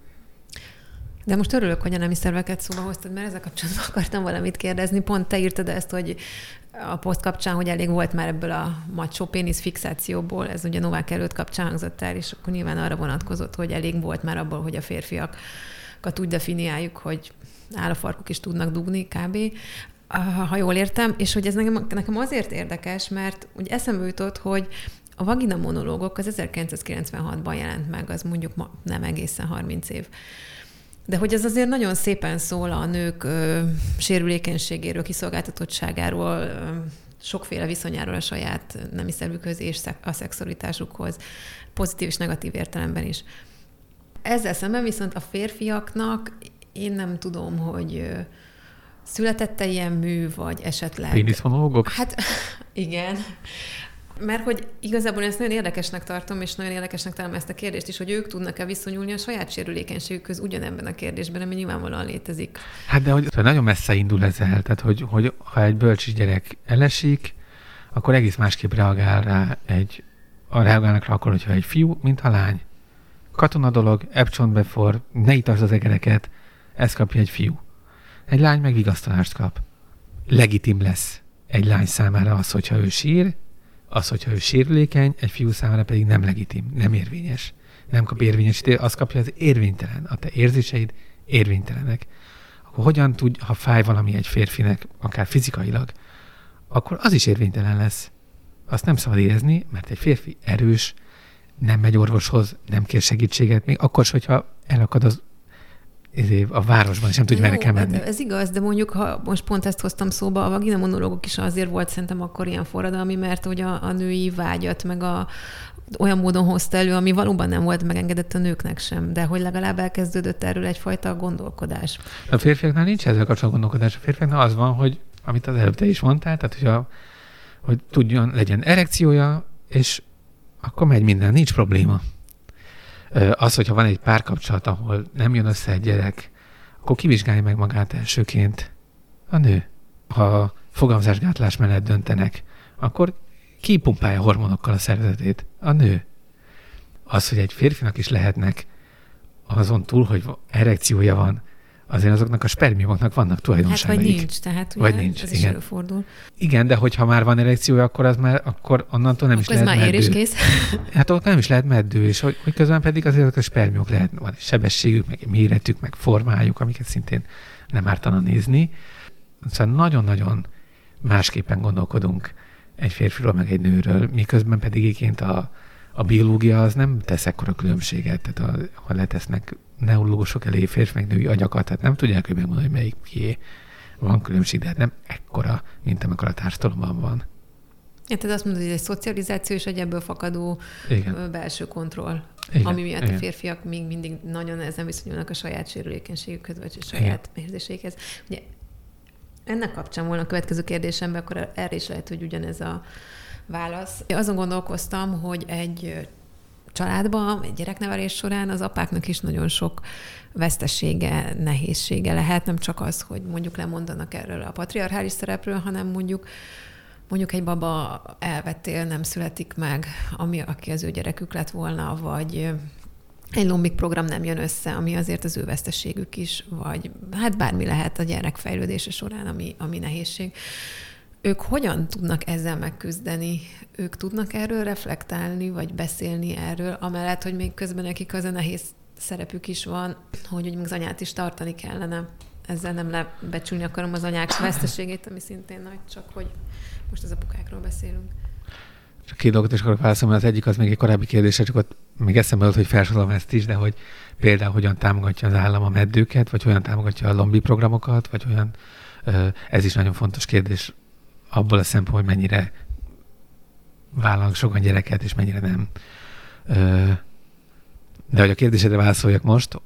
De most örülök, hogy a nemi szerveket szóba hoztad, mert ezzel kapcsolatban akartam valamit kérdezni. Pont te írtad ezt, hogy a poszt kapcsán, hogy elég volt már ebből a macsó pénisz fixációból, ez ugye Novák előtt kapcsán hangzott el, és akkor nyilván arra vonatkozott, hogy elég volt már abból, hogy a férfiakat úgy definiáljuk, hogy állafarkuk is tudnak dugni kb., ha jól értem, és hogy ez nekem azért érdekes, mert ugye eszembe jutott, hogy a vagina monológok az 1996-ban jelent meg, az mondjuk ma nem egészen 30 év. De hogy ez azért nagyon szépen szól a nők sérülékenységéről, kiszolgáltatottságáról, sokféle viszonyáról a saját nemi szervükhöz és a szexualitásukhoz, pozitív és negatív értelemben is. Ezzel szemben viszont a férfiaknak én nem tudom, hogy született-e ilyen mű, vagy esetleg... Péniszmonológok? Hát igen. Mert hogy igazából ezt nagyon érdekesnek tartom, és nagyon érdekesnek találom ezt a kérdést is, hogy ők tudnak-e viszonyulni a saját sérülékenységükhöz ugyanebben a kérdésben, ami nyilvánvalóan létezik. Hát de hogy nagyon messze indul ez el, tehát hogy ha egy bölcsis gyerek elesik, akkor egész másképp reagálnak rá akkor, hogyha egy fiú, mint a lány. Katona dolog, epcsontbefor, ne itasd az egereket, ezt kapja egy fiú. Egy lány meg vigasztalást kap. Legitim lesz egy lány számára az, hogyha ő sír, az, hogyha ő sérülékeny, egy fiú számára pedig nem legitim, nem érvényes. Nem kap érvényesítést, azt kapja, az érvénytelen. A te érzéseid érvénytelenek. Akkor hogyan tud, ha fáj valami egy férfinek, akár fizikailag, akkor az is érvénytelen lesz. Azt nem szabad érezni, mert egy férfi erős, nem megy orvoshoz, nem kér segítséget, még akkor is, hogyha elakad a városban, és nem tudja, merre kell menni. Ez igaz, de mondjuk, ha most pont ezt hoztam szóba, a vagina monológok is azért volt szerintem akkor ilyen forradalmi, mert ugye a női vágyat, meg olyan módon hozta elő, ami valóban nem volt megengedett a nőknek sem, de hogy legalább elkezdődött erről egyfajta gondolkodás. A férfiaknál nincs ezzel kapcsolatban gondolkodás. A férfiaknál az van, hogy amit az előbb te is mondtál, tehát hogy tudjon, legyen erekciója, és akkor megy minden, nincs probléma. Az, hogyha van egy párkapcsolat, ahol nem jön össze egy gyerek, akkor kivizsgálja meg magát elsőként a nő. Ha fogamzásgátlás mellett döntenek, akkor kipumpálja hormonokkal a szervezetét a nő. Az, hogy egy férfinak is lehetnek azon túl, hogy erekciója van, azért azoknak a spermiumoknak vannak tulajdonságaik. Hát vagy nincs, tehát ugye, nincs, ez is előfordul. Igen, de hogyha már van erekciója, akkor onnantól nem akkor is lehet meddő. Akkor ez már ér is kész. Hát akkor nem is lehet meddő, és hogy közben pedig azért a spermiumok lehet, van egy sebességük, meg egy méretük, meg formájuk, amiket szintén nem ártana nézni. Szóval nagyon-nagyon másképpen gondolkodunk egy férfiról, meg egy nőről, miközben pedig egyébként a biológia az nem tesz ekkora különbséget, tehát ha letesznek neurológusok elé férfi meg női agyakat, tehát nem tudják ő megmondani, hogy melyik kié. Van különbség, de hát nem ekkora, mint amikor a társadalomban van. Ja, tehát azt mondod, hogy egy szocializáció és egy ebből fakadó belső kontroll, ami miatt a férfiak még mindig nagyon nehezen viszonyulnak a saját sérülékenységükhöz, vagy a saját érzéseikhez. Ugye ennek kapcsán volna a következő kérdésemben, akkor erre is lehet, hogy ugyanez a válasz. Azon gondolkoztam, hogy egy családban, egy gyereknevelés során az apáknak is nagyon sok vesztesége, nehézsége lehet, nem csak az, hogy mondjuk lemondanak erről a patriarchális szerepről, hanem mondjuk egy baba elvettél, nem születik meg, aki az ő gyerekük lett volna, vagy egy lombik program nem jön össze, ami azért az ő veszteségük is, vagy hát bármi lehet a gyerek fejlődése során, ami nehézség. Ők hogyan tudnak ezzel megküzdeni? Ők tudnak erről reflektálni, vagy beszélni erről, amellett, hogy még közben nekik az a nehéz szerepük is van, hogy az anyát is tartani kellene. Ezzel nem lebecsülni akarom az anyák veszteségét, ami szintén nagy, csak hogy most az apukákról beszélünk. Csak 2 dolgot is akarok válaszolni, az egyik az még egy korábbi kérdés, csak ott még eszembe jut, hogy felsorolom ezt is, de hogy például hogyan támogatja az állam a meddőket, vagy hogyan támogatja a lombi programokat, vagy olyan, ez is nagyon fontos kérdés abból a szempontból, hogy mennyire vállalnak sokan gyereket, és mennyire nem. De hogy a kérdésedre válaszoljak most,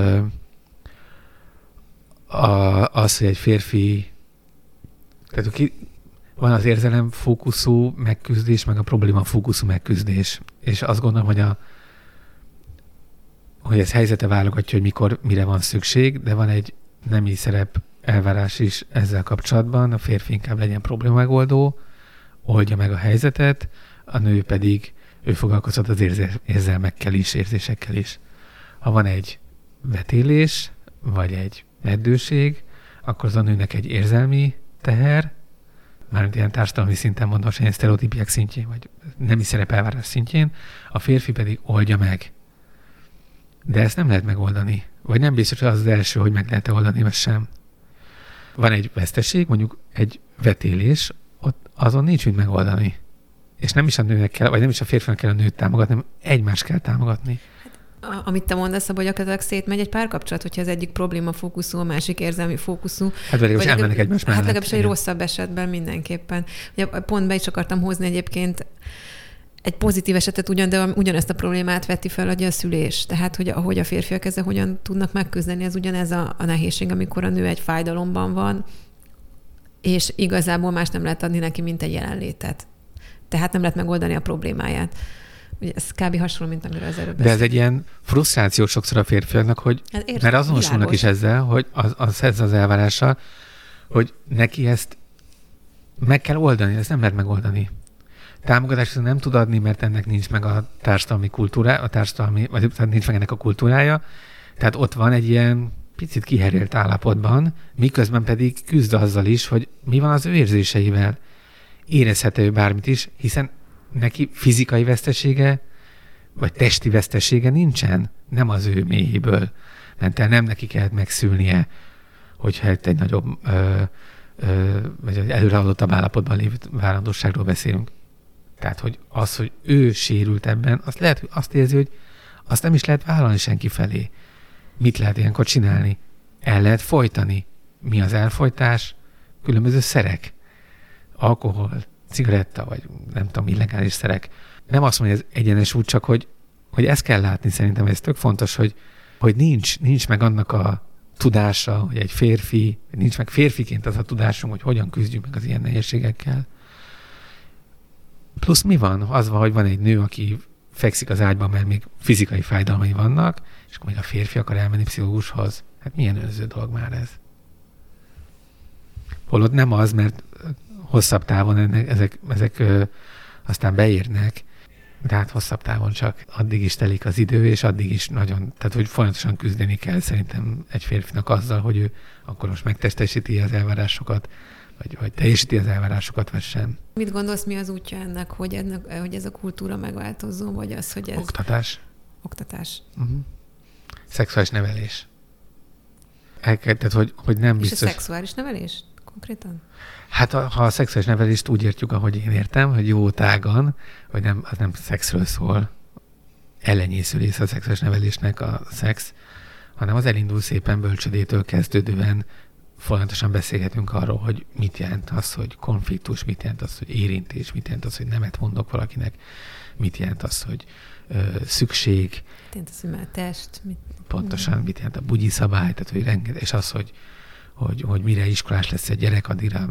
az, hogy egy férfi, tehát van az érzelemfókuszú megküzdés, meg a problémafókuszú megküzdés. És azt gondolom, hogy ez helyzete válogatja, hogy mire van szükség, de van egy nemi szerep elvárás is ezzel kapcsolatban, a férfi inkább legyen probléma megoldó, oldja meg a helyzetet, a nő pedig ő foglalkozhat az érzelmekkel is, érzésekkel is. Ha van egy vetélés, vagy egy meddőség, akkor az a nőnek egy érzelmi teher, mármint ilyen társadalmi szinten mondom, ilyen sztereotípiák szintjén, vagy nemi szerepelvárás szintjén, a férfi pedig oldja meg. De ezt nem lehet megoldani. Vagy nem biztos, hogy az az első, hogy meg lehet oldani, vagy sem. Van egy veszteség, mondjuk egy vetélés, ott azon nincs mit megoldani. És nem is a nőnek kell, vagy nem is a férfinak kell a nőt támogatni, hanem egymást kell támogatni. Amit te mondasz, hogy gyakorlatilag szétmegy egy párkapcsolat, hogyha ez egyik probléma fókuszú, a másik érzelmi fókuszú. Hát vagy elmennek egymás mellett. Hát legalábbis egy rosszabb esetben mindenképpen. Ugye pont be is akartam hozni egyébként egy pozitív esetet de ugyanezt a problémát veti fel a szülés. Tehát, hogy ahogy a férfiak ezzel hogyan tudnak megküzdeni, ez ugyanez a nehézség, amikor a nő egy fájdalomban van, és igazából más nem lehet adni neki, mint egy jelenlétet. Tehát nem lehet megoldani a problémáját. Ugye ez kb. Hasonló, mint amiről az előbb beszélünk. De ez egy ilyen frusztráció sokszor a férfiaknak, hogy mert azonosulnak is ezzel, hogy ez az elvárása, hogy neki ezt meg kell oldani, ezt nem lehet megoldani. Támogatást nem tud adni, mert ennek nincs meg a társadalmi kultúrája, vagy nincs meg ennek a kultúrája. Tehát ott van egy ilyen picit kiherélt állapotban, miközben pedig küzd azzal is, hogy mi van az ő érzéseivel. Érezhető bármit is, hiszen neki fizikai vesztesége, vagy testi vesztesége nincsen, nem az ő méhéből ment el, nem neki kellett megszülnie, hogyha egy nagyobb, vagy egy előrehaladottabb állapotban lévő várandóságról beszélünk. Tehát, hogy az, hogy ő sérült ebben, azt érzi, hogy azt nem is lehet vállalni senki felé. Mit lehet ilyenkor csinálni? El lehet folytani. Mi az elfojtás? Különböző szerek. Alkohol, cigaretta, vagy nem tudom, illegális szerek. Nem azt mondja, hogy ez egyenes út, csak hogy ezt kell látni szerintem, ez tök fontos, hogy nincs meg annak a tudása, hogy egy férfi, nincs meg férfiként az a tudásunk, hogy hogyan küzdjünk meg az ilyen nehézségekkel. Plusz mi van? Az van, hogy van egy nő, aki fekszik az ágyban, mert még fizikai fájdalmai vannak, és akkor még a férfi akar elmenni pszichológushoz. Hát milyen önző dolog már ez? Holott nem az, mert hosszabb távon ezek aztán beérnek, de hát hosszabb távon csak addig is telik az idő, és addig is nagyon, tehát hogy folyamatosan küzdeni kell szerintem egy férfinak azzal, hogy ő akkor most megtestesíti az elvárásokat, vagy teljesíti az elvárásokat, vagy sem. Mit gondolsz, mi az útja ennek, hogy ez a kultúra megváltozzon, vagy az, hogy ez... Oktatás. Uh-huh. Szexuális nevelés. Tehát, hogy nem biztos... És a szexuális nevelés konkrétan? Hát ha a szexuális nevelést úgy értjük, ahogy én értem, hogy jó tágan, hogy az nem szexről szól, ellenyésző része a szexuális nevelésnek a szex, hanem az elindul szépen bölcsödétől kezdődően, folyamatosan beszélhetünk arról, hogy mit jelent az, hogy konfliktus, mit jelent az, hogy érintés, mit jelent az, hogy nemet mondok valakinek, mit jelent az, hogy szükség. Mit jelent az, hogy már test. Pontosan, mit jelent a bugyi szabály, tehát, hogy és az, hogy mire iskolás lesz egy gyerek, addigra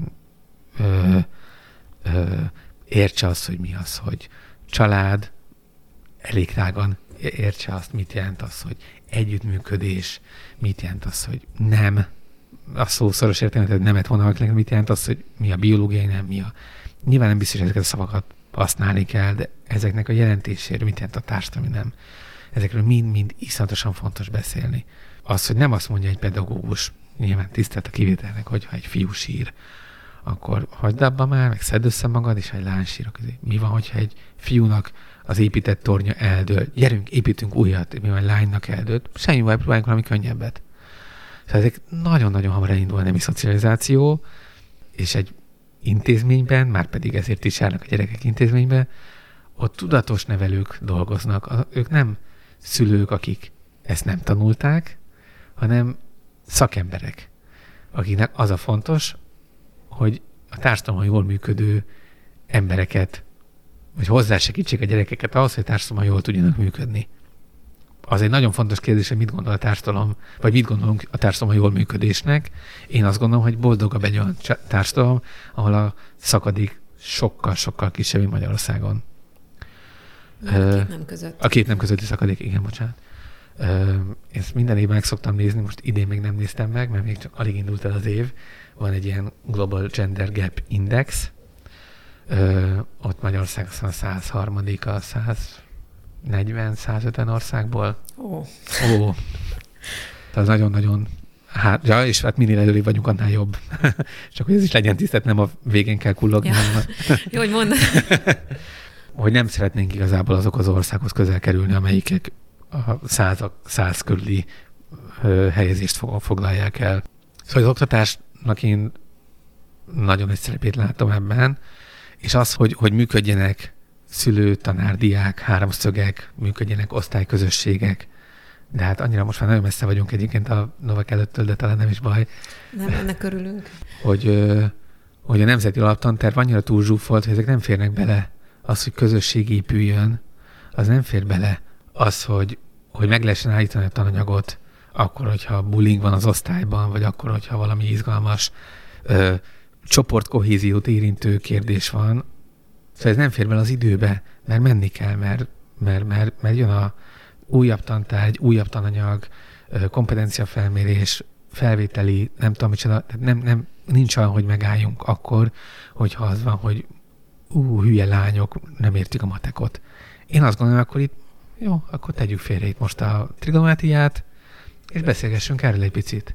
értse azt, hogy mi az, hogy család, elég tágan értse azt, mit jelent az, hogy együttműködés, mit jelent az, hogy nem, a szó szoros értelmet, hogy nemet mondanak neked, mit jelent az, hogy mi a biológiai nem, Nyilván nem biztos, hogy ezeket a szavakat használni kell, de ezeknek a jelentéséről mit jelent a társadalmi nem. Ezekről mind iszonyatosan fontos beszélni. Az, hogy nem azt mondja egy pedagógus, nyilván tisztelt a kivételnek, hogyha egy fiú sír, akkor hagyd abba már, meg szedd össze magad, és egy lány sír. Mi van, hogyha egy fiúnak az épített tornya eldől? Gyerünk, építünk újat, mi van, egy lánynak eldőlt. Semmi baj, próbáljunk valami könnyebbet. Tehát ezek nagyon-nagyon hamar elindul a nemi szocializáció, és egy intézményben, már pedig ezért is járnak a gyerekek intézményben, ott tudatos nevelők dolgoznak. Ők nem szülők, akik ezt nem tanulták, hanem szakemberek, akiknek az a fontos, hogy a társadalomban jól működő embereket, vagy hozzásegítsék a gyerekeket ahhoz, hogy a társadalomban jól tudjanak működni. Az egy nagyon fontos kérdés, hogy mit gondol a társadalom, vagy mit gondolunk a társadalom jól működésnek. Én azt gondolom, hogy boldogabb egy olyan társadalom, ahol a szakadék sokkal-sokkal kisebb, mint Magyarországon. A két nem között. A két nem közötti szakadék, igen, bocsánat. Ezt minden évben meg szoktam nézni, most idén még nem néztem meg, mert még csak alig indult el az év. Van egy ilyen Global Gender Gap Index, ott Magyarország a 103. a 140-150 országból. Az nagyon-nagyon és hát minél előrébb vagyunk, annál jobb. Csak hogy ez is legyen tisztelt, nem a végén kell kullogni. Jó, hogy mondod. Hogy nem szeretnénk igazából azok az országhoz közel kerülni, amelyikek a 100 körüli helyezést foglalják el. Szóval az oktatásnak én nagyon egy szerepét látom ebben, és az, hogy működjenek szülő, tanár, diák, háromszögek, működjenek osztályközösségek, de hát annyira most már nagyon messze vagyunk egyébként a Novak előttől, de talán nem is baj. Nem, ennek örülünk. Hogy a nemzeti alaptanterv annyira túlzsúfolt, hogy ezek nem férnek bele. Az, hogy közösség épüljön, az nem fér bele. Az, hogy meg lehessen állítani a tananyagot, akkor, hogyha bullying van az osztályban, vagy akkor, hogyha valami izgalmas csoportkohéziót érintő kérdés van. Szóval ez nem fér bele az időbe, mert menni kell, mert jön a újabb tantárgy, újabb tananyag, kompetenciafelmérés, felvételi, nem tudom micsoda, nem, nincs olyan, hogy megálljunk akkor, hogyha az van, hogy hülye lányok, nem értik a matekot. Én azt gondolom, akkor itt jó, akkor tegyük félre itt most a trigonometriát, és beszélgessünk erről egy picit.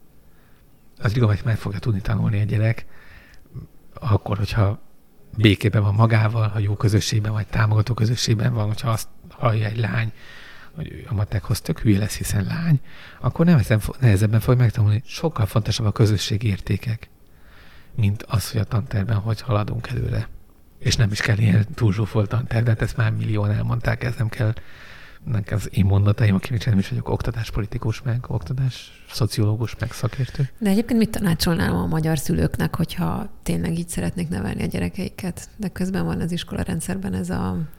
A trigonometriát meg fogja tudni tanulni egy gyerek, akkor, hogyha békében van magával, ha jó közösségben vagy támogató közösségben van, hogyha azt hallja egy lány, hogy a matekhoz tök hülye lesz, hiszen lány, akkor nehezebben fog megtanulni. Sokkal fontosabb a közösségi értékek, mint az, hogy a tantervben hogy haladunk előre. És nem is kell ilyen túlzsúfolt tanterv, de hát ezt már millióan elmondták, ez nem kell az én mondataim, aki nem is vagyok oktatáspolitikus, meg oktatásszociológus, meg szakértő. De egyébként mit tanácsolnál a magyar szülőknek, hogyha tényleg így szeretnék nevelni a gyerekeiket, de közben van az iskolarendszerben ez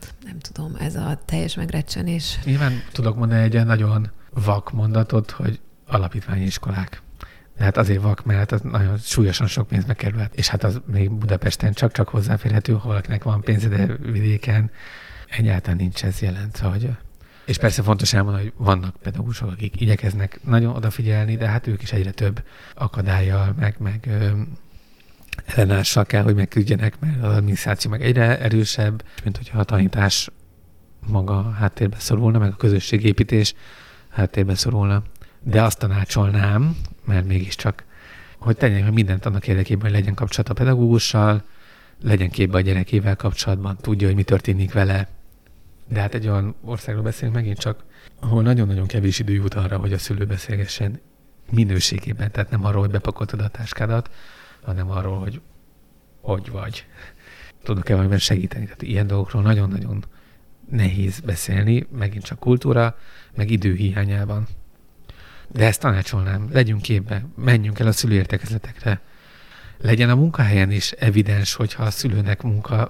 a teljes megrecsenés. Nyilván tudok mondani egy nagyon vak mondatot, hogy alapítványi iskolák. De hát azért vak, mert az nagyon súlyosan sok pénzbe kerül. És hát az még Budapesten csak hozzáférhető, ha valakinek van pénze, de vidéken egyáltalán nincs ez jelent, hogy... És persze fontos elmondani, hogy vannak pedagógusok, akik igyekeznek nagyon odafigyelni, de hát ők is egyre több akadályjal, meg ellenállással kell, hogy megküzdjenek, mert az adminisztráció meg egyre erősebb, mint hogyha a tanítás maga háttérbe szorulna, meg a közösségépítés háttérbe szorulna. De azt tanácsolnám, mert mégiscsak, hogy tegyenek meg mindent annak érdekében, hogy legyen kapcsolat a pedagógussal, legyen képbe a gyerekével kapcsolatban, tudja, hogy mi történik vele. De hát egy olyan országról beszélünk megint csak, ahol nagyon-nagyon kevés idő jut arra, hogy a szülő beszélgessen minőségében. Tehát nem arról, hogy bepakoltad a táskádat, hanem arról, hogy vagy. Tudok-e valamiben segíteni? Tehát ilyen dolgokról nagyon-nagyon nehéz beszélni, megint csak kultúra, meg idő hiányában. De ezt tanácsolnám, legyünk képbe, menjünk el a szülőértekezletekre. Legyen a munkahelyen is evidens, hogyha a szülőnek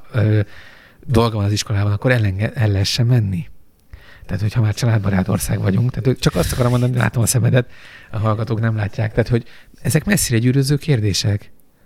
dolga van az iskolában, akkor el lehessen menni. Tehát, hogyha már családbarát ország vagyunk, tehát csak azt akarom mondani, hogy látom a szemedet, a hallgatók nem látják, tehát, hogy ezek messzire gyűröző kérdések.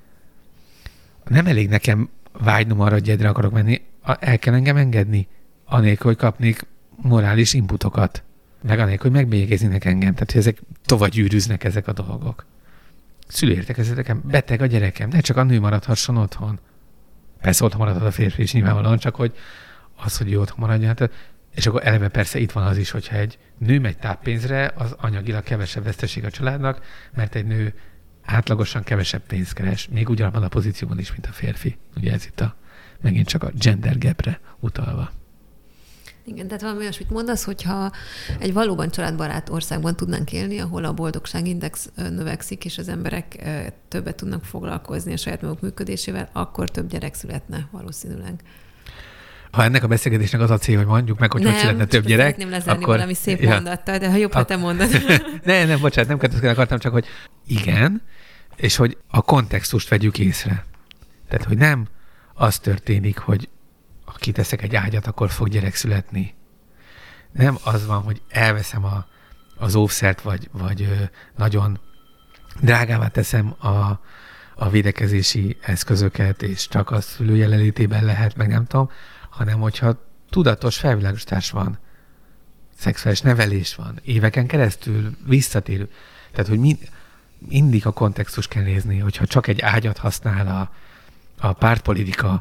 Nem elég nekem vágynom arra, hogy egyre akarok menni, el kell engem engedni, anélkül, hogy kapnék morális inputokat, meg anélkül, hogy megbélyegeznének engem. Tehát, hogy ezek tovább gyűrűznek ezek a dolgok. Szülőértekezleteken beteg a gyerekem, ne csak a nő maradhasson otthon. Persze otthon maradhat a férfi is nyilvánvalóan, csak hogy az, hogy ő otthon maradjon. Hát, és akkor eleve persze itt van az is, hogyha egy nő megy táppénzre, az anyagilag kevesebb veszteség a családnak, mert egy nő átlagosan kevesebb pénzt keres, még ugyanabban a pozícióban is, mint a férfi. Ugye ez itt megint csak a gender gapre utalva. Igen, tehát valami olyasmit mondasz, hogyha egy valóban családbarát országban tudnánk élni, ahol a boldogságindex növekszik, és az emberek többet tudnak foglalkozni a saját maguk működésével, akkor több gyerek születne valószínűleg. Ha ennek a beszélgetésnek az a cél, hogy mondjuk meg, hogy hogy születne több gyerek, nem lezárni akkor... valami szép mondattal, de ha jobb, ha te mondod. Nem, bocsánat, nem következően akartam, csak hogy igen, és hogy a kontextust vegyük észre. Tehát, hogy nem az történik, hogy ha kiteszek egy ágyat, akkor fog gyerek születni. Nem az van, hogy elveszem az óvszert, vagy nagyon drágává teszem a védekezési eszközöket, és csak a szülő jelenlétében lehet, meg nem tudom, hanem hogyha tudatos felvilágosítás van. szexuális nevelés van, éveken keresztül visszatérő. Tehát, hogy mindig a kontextus kell nézni, hogyha csak egy ágyat használ a pártpolitika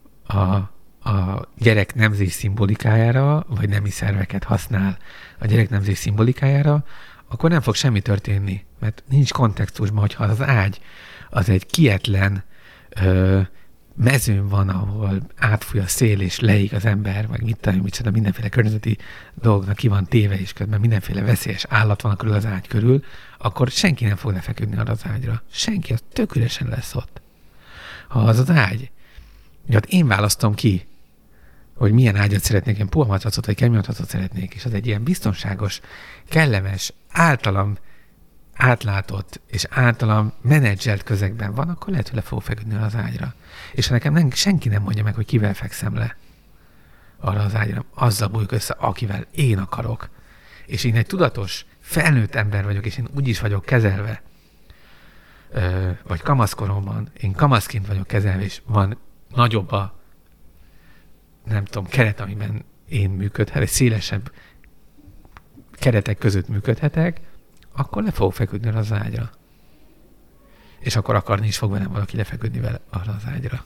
a gyerek nemzés szimbolikájára, vagy nemi szerveket használ a gyerek nemzés szimbolikájára, akkor nem fog semmi történni, mert nincs kontextusban, hogyha az ágy az egy kietlen mezőn van, ahol átfúj a szél, és leég az ember, vagy micsoda, mindenféle környezeti dolgoknak ki van téve, és közben mindenféle veszélyes állat van körül az ágy körül, akkor senki nem fog lefeküdni arra az ágyra. Senki, az tök üresen lesz ott. Ha az ágy, hát én választom ki, hogy milyen ágyat szeretnék, én puha matracot vagy kemény matracot szeretnék, és az egy ilyen biztonságos, kellemes, általam átlátott és általam menedzselt közegben van, akkor lehet, hogy le fogok feküdni az ágyra. És ha nekem senki nem mondja meg, hogy kivel fekszem le arra az ágyra, azzal bújjuk össze, akivel én akarok. És én egy tudatos, felnőtt ember vagyok, és én úgy is vagyok kezelve, vagy kamaszkoromban, én kamaszként vagyok kezelve, és van nagyobb a, nem tudom, keret, amiben én működhetek, egy szélesebb keretek között működhetek, akkor le fogok feküdni az ágyra. És akkor akarni is fog velem valaki lefeküdni vele arra az ágyra.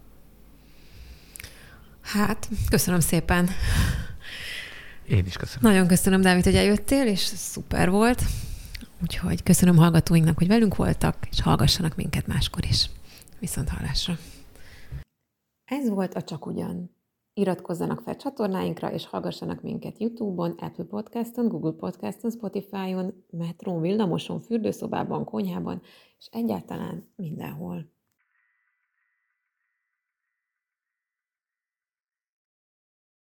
Hát, köszönöm szépen. Én is köszönöm. Nagyon köszönöm, Dávid, hogy eljöttél, és szuper volt. Úgyhogy köszönöm hallgatóinknak, hogy velünk voltak, és hallgassanak minket máskor is. Viszont hallásra. Ez volt a Csak Ugyan. Iratkozzanak fel csatornáinkra, és hallgassanak minket YouTube-on, Apple Podcaston, Google Podcaston, Spotify-on, metrón, villamoson, fürdőszobában, konyhában, és egyáltalán mindenhol.